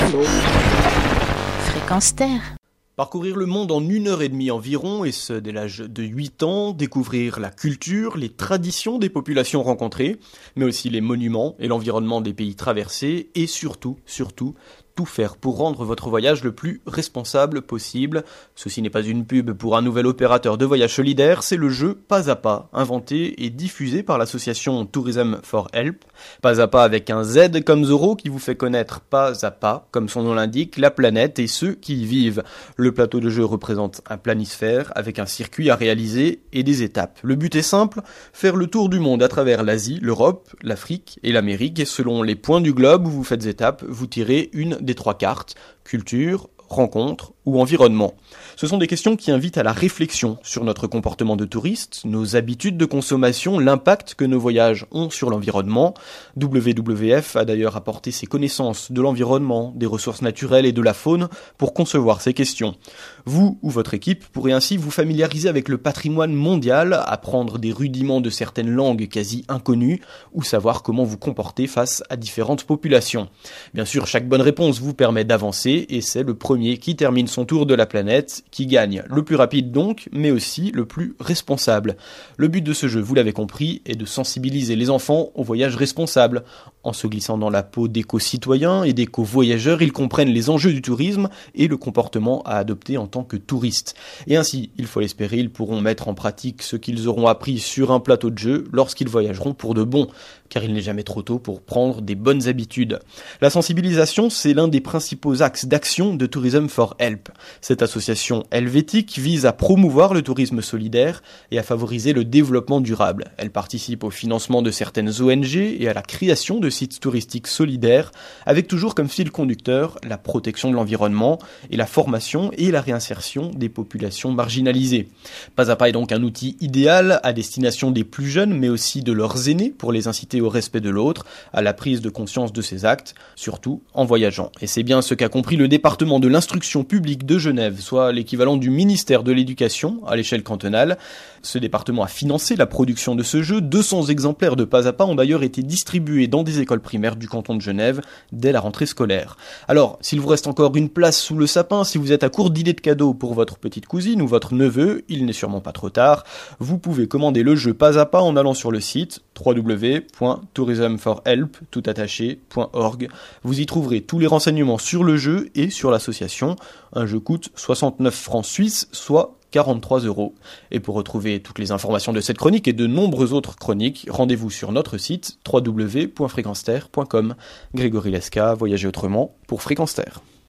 Fréquence Terre. Parcourir le monde en 1h30 environ, et ce dès l'âge de 8 ans, découvrir la culture, les traditions des populations rencontrées, mais aussi les monuments et l'environnement des pays traversés, et surtout, tout faire pour rendre votre voyage le plus responsable possible. Ceci n'est pas une pub pour un nouvel opérateur de voyage solidaire, c'est le jeu Pas à Pas, inventé et diffusé par l'association Tourism for Help. Pas à Pas avec un Z comme Zorro qui vous fait connaître pas à pas, comme son nom l'indique, la planète et ceux qui y vivent. Le plateau de jeu représente un planisphère avec un circuit à réaliser et des étapes. Le but est simple, faire le tour du monde à travers l'Asie, l'Europe, l'Afrique et l'Amérique, et selon les points du globe où vous faites étape, vous tirez une des 3 cartes, culture, rencontre ou environnement. Ce sont des questions qui invitent à la réflexion sur notre comportement de touriste, nos habitudes de consommation, l'impact que nos voyages ont sur l'environnement. WWF a d'ailleurs apporté ses connaissances de l'environnement, des ressources naturelles et de la faune pour concevoir ces questions. Vous ou votre équipe pourrez ainsi vous familiariser avec le patrimoine mondial, apprendre des rudiments de certaines langues quasi inconnues ou savoir comment vous comporter face à différentes populations. Bien sûr, chaque bonne réponse vous permet d'avancer et c'est le premier qui termine son tour de la planète qui gagne. Le plus rapide donc, mais aussi le plus responsable. Le but de ce jeu, vous l'avez compris, est de sensibiliser les enfants au voyage responsable. En se glissant dans la peau d'éco-citoyens et d'éco-voyageurs, ils comprennent les enjeux du tourisme et le comportement à adopter en tant que touristes. Et ainsi, il faut l'espérer, ils pourront mettre en pratique ce qu'ils auront appris sur un plateau de jeu lorsqu'ils voyageront pour de bon, car il n'est jamais trop tôt pour prendre des bonnes habitudes. La sensibilisation, c'est l'un des principaux axes d'action de Tourism for Help. Cette association helvétique vise à promouvoir le tourisme solidaire et à favoriser le développement durable. Elle participe au financement de certaines ONG et à la création de sites touristiques solidaires, avec toujours comme fil conducteur la protection de l'environnement et la formation et la réinsertion des populations marginalisées. Pas à Pas est donc un outil idéal à destination des plus jeunes, mais aussi de leurs aînés, pour les inciter au respect de l'autre, à la prise de conscience de ses actes, surtout en voyageant. Et c'est bien ce qu'a compris le département de l'instruction publique de Genève, soit l'équivalent du ministère de l'Éducation à l'échelle cantonale. Ce département a financé la production de ce jeu. 200 exemplaires de Pas à Pas ont d'ailleurs été distribués dans des écoles primaires du canton de Genève dès la rentrée scolaire. Alors, s'il vous reste encore une place sous le sapin, si vous êtes à court d'idées de cadeaux pour votre petite cousine ou votre neveu, il n'est sûrement pas trop tard. Vous pouvez commander le jeu Pas à Pas en allant sur le site www.tourismforhelp.org. Vous y trouverez tous les renseignements sur le jeu et sur l'association. Un jeu coûte 69 francs suisses, soit 43 €. Et pour retrouver toutes les informations de cette chronique et de nombreuses autres chroniques, rendez-vous sur notre site www.fréquenceterre.com. Grégory Lesca, Voyager autrement pour Fréquence Terre.